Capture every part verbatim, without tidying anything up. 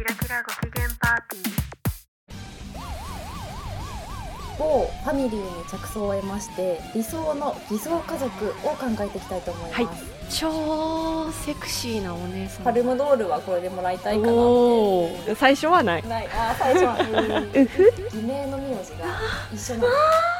キラキラご機嫌パーティー。 某ファミリーに着想を得まして理想の偽装家族を考えていきたいと思います、はい、 超セクシーなお姉さん。 パルムドールはこれでもらいたいかなって。 お最初はないないあ最初はうふ偽名の名字が一緒なの。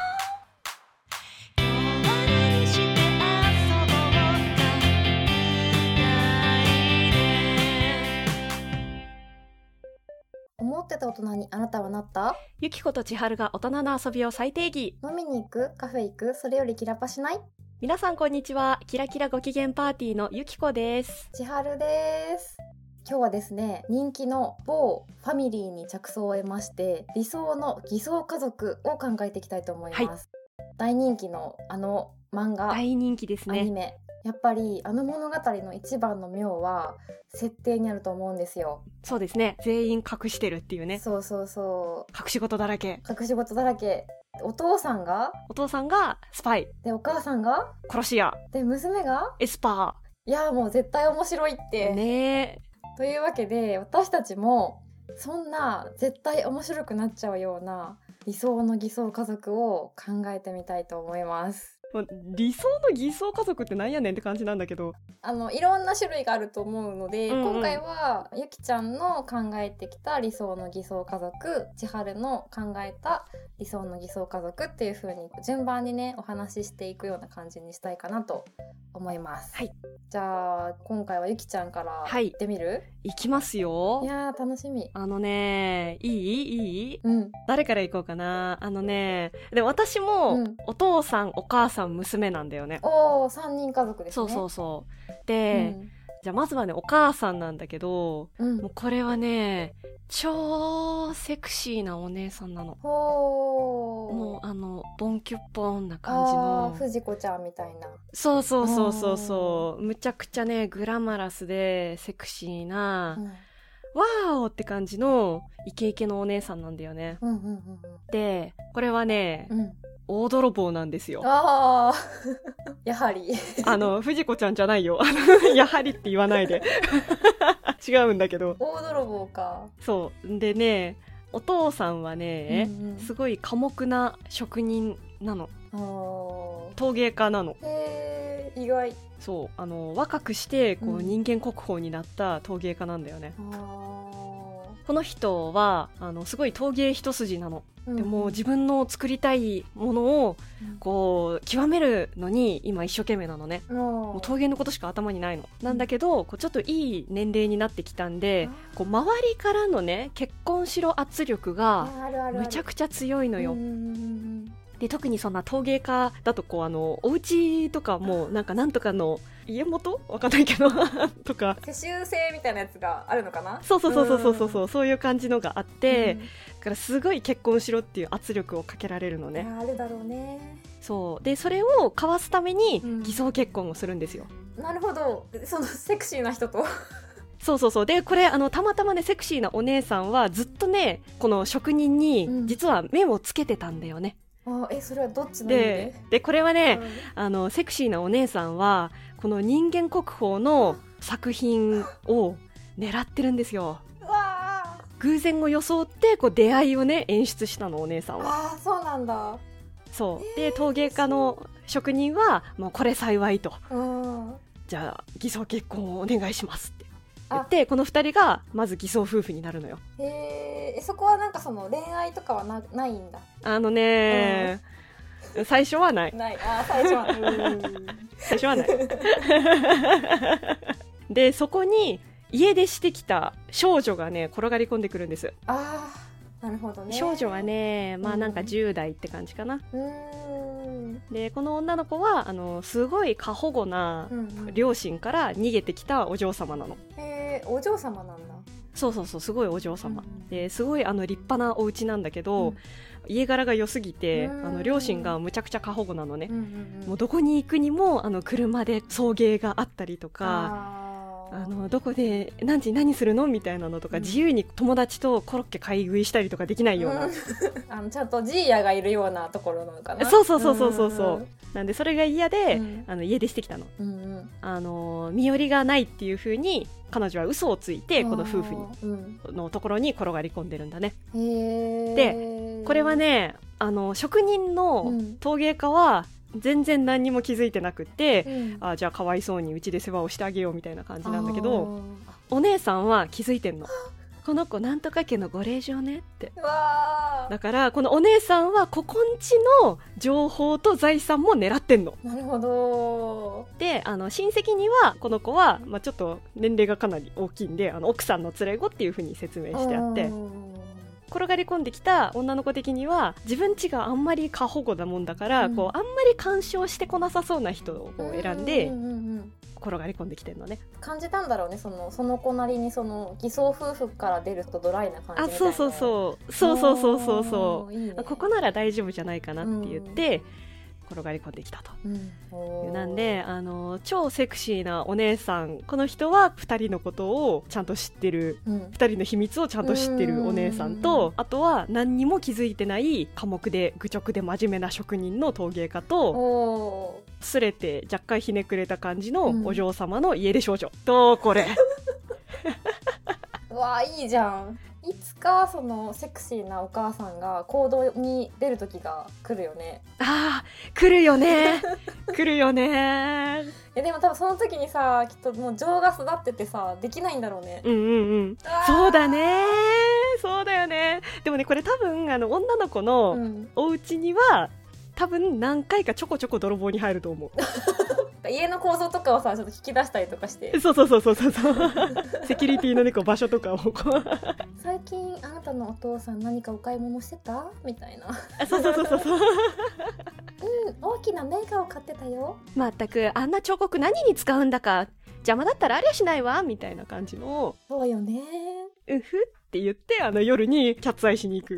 思ってた大人にあなたはなった？ ゆきこと千春が大人の遊びを再定義。 飲みに行く？カフェ行く？それよりキラパしない？ 皆さんこんにちは。キラキラご機嫌パーティーのゆきこです。 千春です。今日はですね、人気の某ファミリーに着想を得まして理想の偽装家族を考えていきたいと思います、はい、大人気のあの漫画、 大人気ですね。 アニメ、やっぱりあの物語の一番の妙は設定にあると思うんですよ。 そうですね、全員隠してるっていうね。 そうそうそう、 隠し事だらけ隠し事だらけ。お父さんがお父さんがスパイで、お母さんが殺し屋で、娘がエスパー。いやもう絶対面白いってね。 というわけで私たちもそんな絶対面白くなっちゃうような理想の偽装家族を考えてみたいと思います。 理想の偽装家族ってなんやねんって感じなんだけど、 あのいろんな種類があると思うので、うんうん、今回はゆきちゃんの考えてきた理想の偽装家族、千春の考えた理想の偽装家族っていう風に順番にねお話ししていくような感じにしたいかなと思います、 はい、 じゃあ今回はゆきちゃんから行ってみる？はい、 行きますよ。 いやー楽しみ。 あのね、いいいい、 うん、誰から行こうかな。あのね、で私も、うん、お父さんお母さん娘なんだよね。 おー、さんにん家族ですね。 そうそうそうで、うん、じゃあまずはねお母さんなんだけど、うん、もうこれはね超セクシーなお姉さんなの。 ほー、 もうあのボンキュッポンな感じの藤子ちゃんみたいな。 そうそうそうそうそう、むちゃくちゃねグラマラスでセクシーな、うん、ワーオって感じのイケイケのお姉さんなんだよね、うんうんうんうん、でこれはね、うん、大泥棒なんですよ。 あやはりあの藤子ちゃんじゃないよやはりって言わないで違うんだけど。 大泥棒か。 そうでね、お父さんはね、うんうん、すごい寡黙な職人なの。陶芸家なの。 へー、意外。 そう、あの若くしてこう、うん、人間国宝になった陶芸家なんだよね。この人はあのすごい陶芸一筋なの、うん、でも自分の作りたいものをこう極めるのに今一生懸命なのね、うん、もう陶芸のことしか頭にないの、うん、なんだけどこうちょっといい年齢になってきたんで、こう周りからのね結婚しろ圧力がむちゃくちゃ強いのよ。で特にそんな陶芸家だとこうあのお家とかもなんかなんとかの家元わかんないけどとか世襲制みたいなやつがあるのかな。 そうそうそうそうそうそう、そういう感じのがあって、うん、だからすごい結婚しろっていう圧力をかけられるのね。 あるだろうね。 そうでそれをかわすために偽装結婚をするんですよ、 うん、なるほど。そのセクシーな人とそうそうそうでこれあのたまたまねセクシーなお姉さんはずっとねこの職人に実は目をつけてたんだよね、 うん、あえそれはどっちの意味で？ で、でこれはね、うん、あのセクシーなお姉さんはこの人間国宝の作品を狙ってるんですよ。 うわ偶然を装ってこう出会いをね演出したのお姉さんは。 あそうなんだ。 そうで陶芸家の職人はもうこれ幸いと、うん、じゃあ偽装結婚をお願いしますって言ってこのふたりがまず偽装夫婦になるのよ。 へえ、そこはなんかその恋愛とかは な, ないんだ。 あのね、うん、最初はないないあ最初はうん最初はないでそこに家出してきた少女がね転がり込んでくるんです。 あーなるほどね。 少女はねまあなんかじゅう代って感じかな、うん、でこの女の子はあのすごい過保護な両親から逃げてきたお嬢様なの、 うんうん、へーお嬢様なんだ。 そうそうそうすごいお嬢様、うん、ですごいあの立派なお家なんだけど、うん、家柄が良すぎて、うん、あの両親がむちゃくちゃ過保護なのね、うんうんうん、もうどこに行くにもあの車で送迎があったりとか、 あのどこで何時何するのみたいなのとか、うん、自由に友達とコロッケ買い食いしたりとかできないような、うん、 あのちゃんとジーヤがいるようなところなのかな。 そうそうそうそうそうそう、うん、なんでそれが嫌で、うん、あの家出してきたの、 うんうん、あの身寄りがないっていう風に彼女は嘘をついてこの夫婦に、うん、のところに転がり込んでるんだね。 へー。 でこれはね、あの職人の陶芸家は全然何にも気づいてなくて、うん、あじゃあかわいそうにうちで世話をしてあげようみたいな感じなんだけど、お姉さんは気づいてんの。この子なんとか家のご令嬢ねって。 わだからこのお姉さんはここんちの情報と財産も狙ってんの。 なるほど。 であの親戚にはこの子は、まあ、ちょっと年齢がかなり大きいんで、あの奥さんの連れ子っていう風に説明してあって、転がり込んできた女の子的には自分家があんまり過保護なもんだから、うん、こうあんまり干渉してこなさそうな人を選んで、うんうんうんうん転がり込んできてるのね。 感じたんだろうね、そのその子なりにその偽装夫婦から出るとドライな感じみたいな。 あそうそうそうそうそうそうそうそういい、ね、ここなら大丈夫じゃないかなって言って、うん、転がり込んできたと、うん、なんであの超セクシーなお姉さん、この人はふたりのことをちゃんと知ってる、うん、ふたりの秘密をちゃんと知ってるお姉さんと、あとは何にも気づいてない寡黙で愚直で真面目な職人の陶芸家と、すれて若干ひねくれた感じのお嬢様の家出少女、うん、とこれうわいいじゃん。いつかそのセクシーなお母さんが行動に出る時が来るよね。 あー来るよね来るよね。 いやでも多分その時にさきっともう情が育っててさできないんだろうね。 うんうんうんそうだねそうだよね。でもねこれ多分あの女の子のお家には、うん多分何回かちょこちょこ泥棒に入ると思う家の構造とかをさちょっと引き出したりとかして。 そうそうそうそうそうセキュリティの、ね、こう場所とかを最近あなたのお父さん何かお買い物してたみたいなそうそうそうそうそううん大きなメガを買ってたよ。 まったくあんな彫刻何に使うんだか邪魔だったらありゃしないわみたいな感じの。 そうよねうふって言ってあの夜にキャッツアイしに行く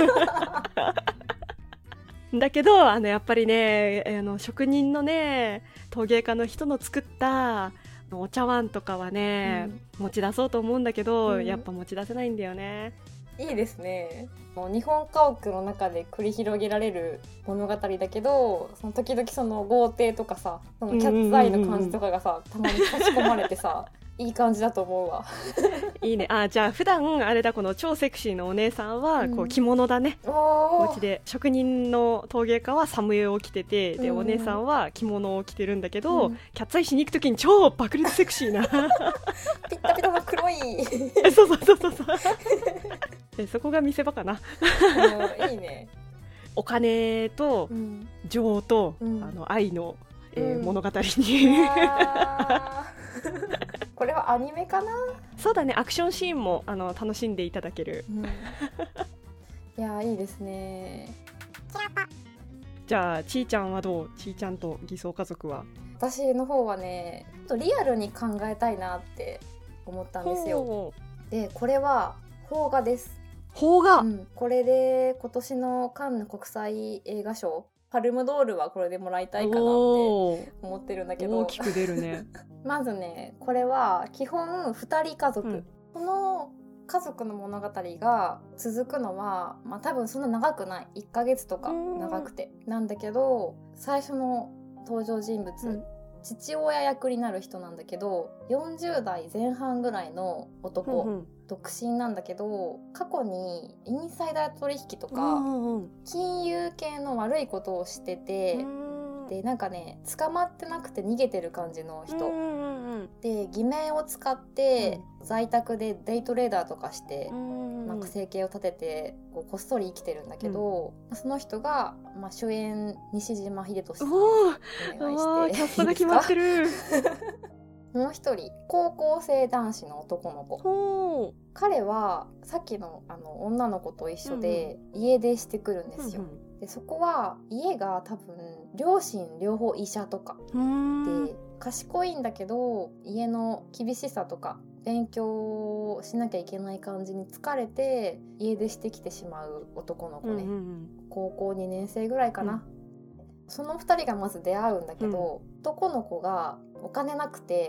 だけどあのやっぱりねあの職人のね陶芸家の人の作ったお茶碗とかはね、うん、持ち出そうと思うんだけど、うん、やっぱ持ち出せないんだよね。 いいですね。もう日本家屋の中で繰り広げられる物語だけど、その時々その豪邸とかさそのキャッツアイの感じとかがさ、たまに差し込まれてさいい感じだと思うわいいね。あじゃあ普段あれだこの超セクシーなお姉さんはこう着物だね、うん、お家で職人の陶芸家はサムエを着てて、で、うん、お姉さんは着物を着てるんだけど、うん、キャッツアイしに行くときに超爆裂セクシーなピッタピタの黒いそうそうそうそうでそこが見せ場かないいね。 お金と情と、うん、あの愛の、えーうん、物語にこれはアニメかな。 そうだねアクションシーンもあの楽しんでいただける、うん、 いやいいですね。 じゃあちーちゃんはどう？ちーちゃんと偽装家族は。 私の方はねちょっとリアルに考えたいなって思ったんですよ。でこれは邦画です。 邦画、 うん、これで今年のカンヌ国際映画賞パルムドールはこれでもらいたいかなって思ってるんだけど大きく出るねまずねこれは基本ふたり家族、うん、この家族の物語が続くのは、まあ、多分そんな長くないいっかげつとか長くてなんだけど、最初の登場人物、うん、父親役になる人なんだけどよんじゅうだいぜん半ぐらいの男、うんうん独身なんだけど過去にインサイダー取引とか金融系の悪いことをしてて、でなんかね捕まってなくて逃げてる感じの人で偽名を使って在宅でデイトレーダーとかしてなんか生計を立ててこうこっそり生きてるんだけど、うん、その人が、まあ、主演西島秀俊さんお願いしてキャストが決まってるもう一人高校生男子の男の子、彼はさっき の, あの女の子と一緒で家出してくるんですよ、うんうん、でそこは家が多分両親両方医者とかで賢いんだけど家の厳しさとか勉強しなきゃいけない感じに疲れて家出してきてしまう男の子ね、うんうんうん、高校にねん生ぐらいかな、うん、そのふたりがまず出会うんだけど、うん、男の子がお金なくて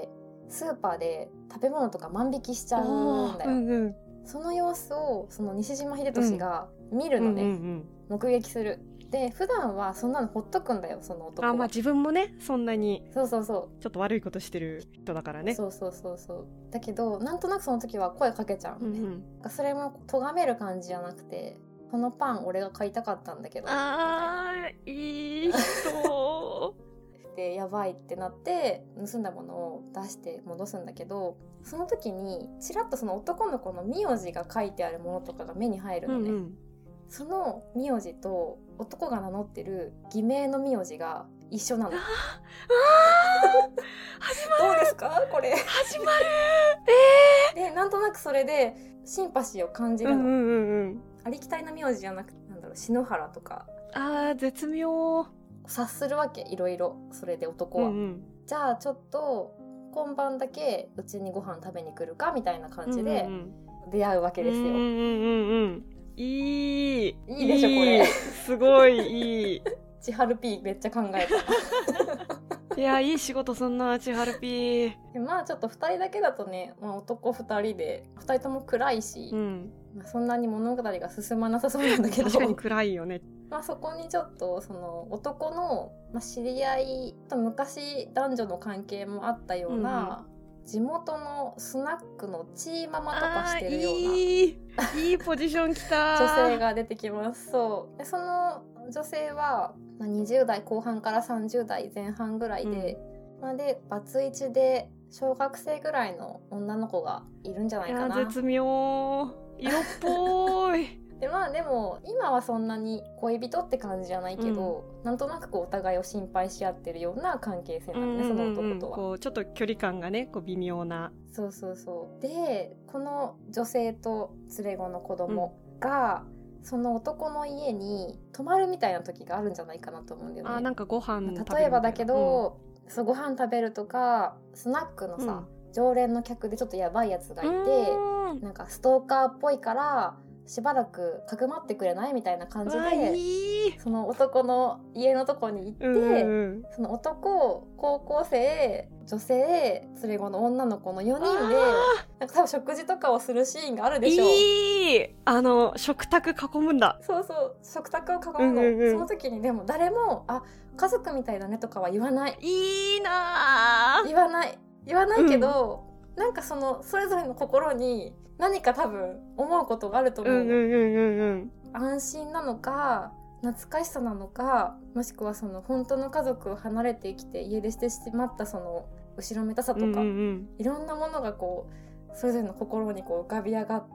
スーパーで食べ物とか万引きしちゃうんだよ、 うんうん、 その様子をその西島秀俊が見るのね、うんうんうん、目撃する。で普段はそんなのほっとくんだよその男は。 あ、まあ自分もねそんなにそうそうそうちょっと悪いことしてる人だからね。 そうそうそうそう。だけどなんとなくその時は声かけちゃうのね、うんうん、それも咎める感じじゃなくて、このパン俺が買いたかったんだけど、 あーいい人でやばいってなって盗んだものを出して戻すんだけど、その時にちらっとその男の子の名字が書いてあるものとかが目に入るのね、うんうん、その名字と男が名乗ってる偽名の名字が一緒なの。ああ始まる。どうですかこれ。 始まる。 えー、でなんとなくそれでシンパシーを感じるの、うんうんうん、ありきたりな名字じゃなくて、なんだろう、篠原とか、 あー絶妙。 察するわけ、いろいろ。それで男は、うんうん、じゃあちょっと今晩だけうちにご飯食べに来るかみたいな感じで出会うわけですよ、うんうんうんうん、 いいいいでしょこれ。 すごいいい。 千春 P めっちゃ考えた。いやいい仕事すんな千春 P。 でまあちょっとふたりだけだとね、まあ、男ふたりでふたりとも暗いし、うんまあ、そんなに物語が進まなさそうなんだけど確かに暗いよね。 まあそこにちょっとその男の、まあ、知り合いと昔男女の関係もあったような、うん、地元のスナックのチーママとかしてるようないい, いいポジションきた女性が出てきます。そうでその女性は、まあ、にじゅう代後半からさんじゅう代前半ぐらいで、うんまあ、でバツイチで小学生ぐらいの女の子がいるんじゃないかな。 いや絶妙、色っぽい。 でまあでも今はそんなに恋人って感じじゃないけど、うん、なんとなくこうお互いを心配し合ってるような関係性なんで、ね、うんうんうん、その男とはこうちょっと距離感がねこう微妙な。 そうそうそうでこの女性と連れ子の子供が、うん、その男の家に泊まるみたいな時があるんじゃないかなと思うんだよね。 あなんかご飯食べるみたいな。 例えばだけど、うん、そうご飯食べるとかスナックのさ、うん、常連の客でちょっとやばいやつがいて、なんかストーカーっぽいからしばらくかくまってくれないみたいな感じでその男の家のとこに行って、うんうん、その男高校生女性連れ子の女の子のよにんでなんか多分食事とかをするシーンがあるでしょう。 いいあの食卓囲むんだ。 そうそう食卓を囲むの、うんうんうん、その時にでも誰もあ家族みたいだねとかは言わない。 いいな言わない言わないけど、うん、なんかそのそれぞれの心に何か多分思うことがあると思う、うんうんうんうん、安心なのか懐かしさなのか、もしくはその本当の家族を離れてきて家出してしまったその後ろめたさとか、うんうんうん、いろんなものがこうそれぞれの心にこう浮かび上がって、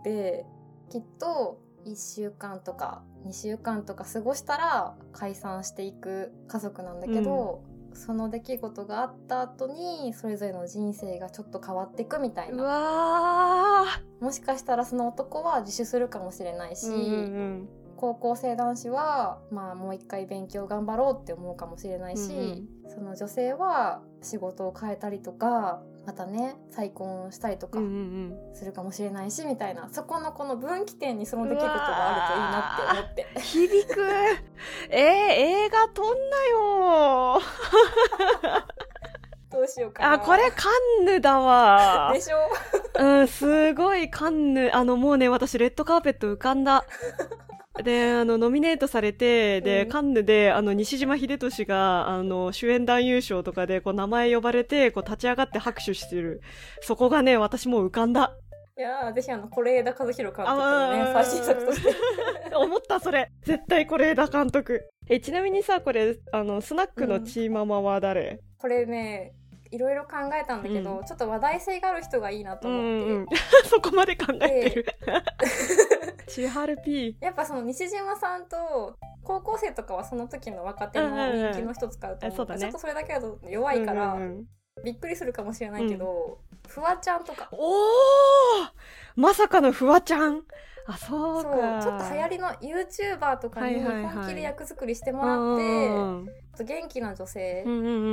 きっといっしゅうかんとかにしゅうかんとか過ごしたら解散していく家族なんだけど、うん、その出来事があった後にそれぞれの人生がちょっと変わっていくみたいな。 うわもしかしたらその男は自首するかもしれないし、うんうん、高校生男子は、まあ、もう一回勉強頑張ろうって思うかもしれないし、うんうん、その女性は仕事を変えたりとかまたね再婚したりとかするかもしれないし、みたいな、そこのこの分岐点にその出来事があるといいなって思って響くえー、映画撮んなよどうしようかな。 あ、これカンヌだわでしょうん、すごいカンヌ。あのもうね私レッドカーペット浮かんだであのノミネートされて、で、うん、カンヌであの西島秀俊があの主演男優賞とかでこう名前呼ばれてこう立ち上がって拍手してる、そこがね私もう浮かんだ。 いやー、ぜひあの是枝和弘監督のね最新作として思った。それ絶対是枝監督。えちなみにさ、これあのスナックのチーママは誰？うん、 これねいろいろ考えたんだけど、うん、ちょっと話題性がある人がいいなと思って、うんうん、 そこまで考えてる千春 P。 やっぱその西島さんと高校生とかはその時の若手の人気の人使うと思う、うんうんうん、ちょっとそれだけだと弱いから、うんうんうん、びっくりするかもしれないけど、うん、フワちゃんとか。 おー、まさかのフワちゃん。あ、そうか。 そう、ちょっと流行りの YouTuber とかに本気で役作りしてもらって、はいはいはい、元気な女性、うんうんうんうん、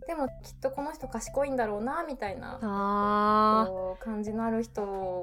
でもきっとこの人賢いんだろうなみたいなあこう感じのある人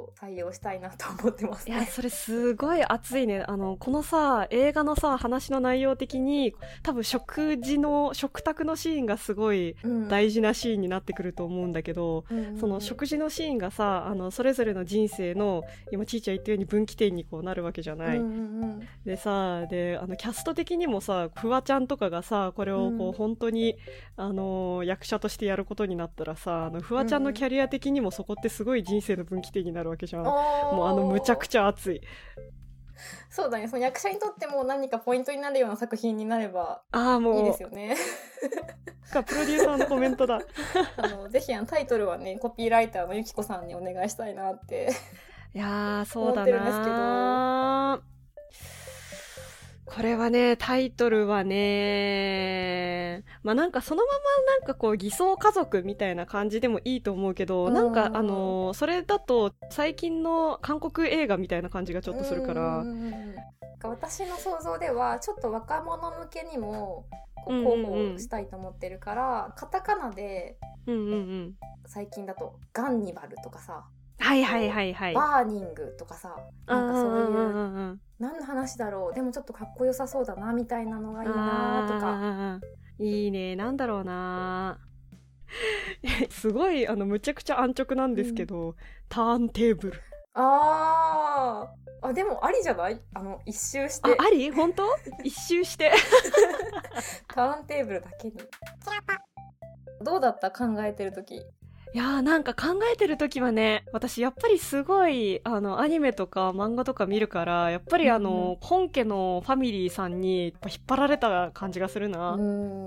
を採用したいなと思ってますね。 いやそれすごい熱いね。あのこのさ映画のさ話の内容的に多分食事の食卓のシーンがすごい大事なシーンになってくると思うんだけど、うん、その食事のシーンがさあのそれぞれの人生の今ちいちゃん言ったように分岐点にこうなるわけじゃない、うんうん、でさであのキャスト的にもさフワちゃんとかがさこれをこう、うん、本当にあの役者としてやることになったらさあのフワちゃんのキャリア的にもそこってすごい人生の分岐点になるわけじゃん、うん、もうあのむちゃくちゃ熱い。 そうだね、その役者にとっても何かポイントになるような作品になればいいですよね。 がプロデューサーのコメントだ。 あのぜひあのタイトルはねコピーライターのゆきこさんにお願いしたいなっていやそうだな思ってるんですけど、これはねタイトルはねまあなんかそのままなんかこう偽装家族みたいな感じでもいいと思うけど、なんかあのそれだと最近の韓国映画みたいな感じがちょっとするから、 私の想像ではちょっと若者向けにもこう広報したいと思ってるから、うんうん、カタカナで、うんうんうん、最近だとガンニバルとかさ、 はいはいはいはい、 バーニングとかさ、なんかそういう、うんうんうん、何の話だろうでもちょっとかっこよさそうだなみたいなのがいいなとか。 いいね、なんだろうなすごいあのむちゃくちゃ安直なんですけど、うん、ターンテーブル。 あーあ、でもありじゃない？あの一周して。 あ、あり？本当？一周してターンテーブルだけに。どうだった考えてる時？ いやーなんか考えてる時はね、私やっぱりすごいあのアニメとか漫画とか見るからやっぱりあの、うん、本家のファミリーさんにやっぱ引っ張られた感じがするな。 うん、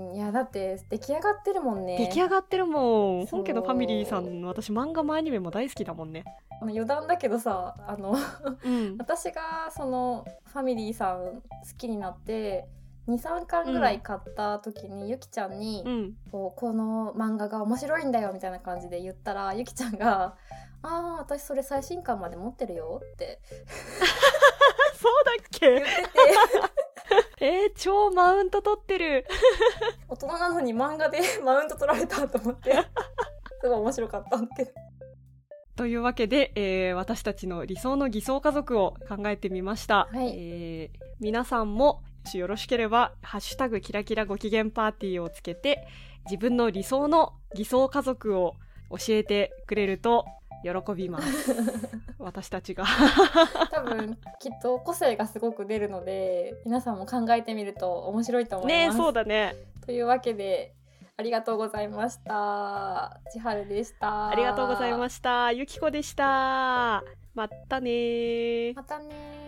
いやだって出来上がってるもんね。 出来上がってるもん。本家のファミリーさんの私漫画もアニメも大好きだもんね。 余談だけどさ、あの、うん、私がそのファミリーさん好きになってにさんかんぐらい買った時に、うん、ゆきちゃんに、うん、こうこの漫画が面白いんだよみたいな感じで言ったら、ゆきちゃんがあー私それ最新刊まで持ってるよってそうだっけ言っててえー、超マウント取ってる大人なのに漫画でマウント取られたと思ってすごい面白かったってというわけで、えー、私たちの理想の偽装家族を考えてみました、はい。えー、皆さんもよろしければハッシュタグキラキラご機嫌パーティーをつけて自分の理想の偽装家族を教えてくれると喜びます私たちが多分きっと個性がすごく出るので皆さんも考えてみると面白いと思います。 ね、そうだね。 というわけでありがとうございました。千春でした。 ありがとうございました。ゆきこでした。またね。 またね。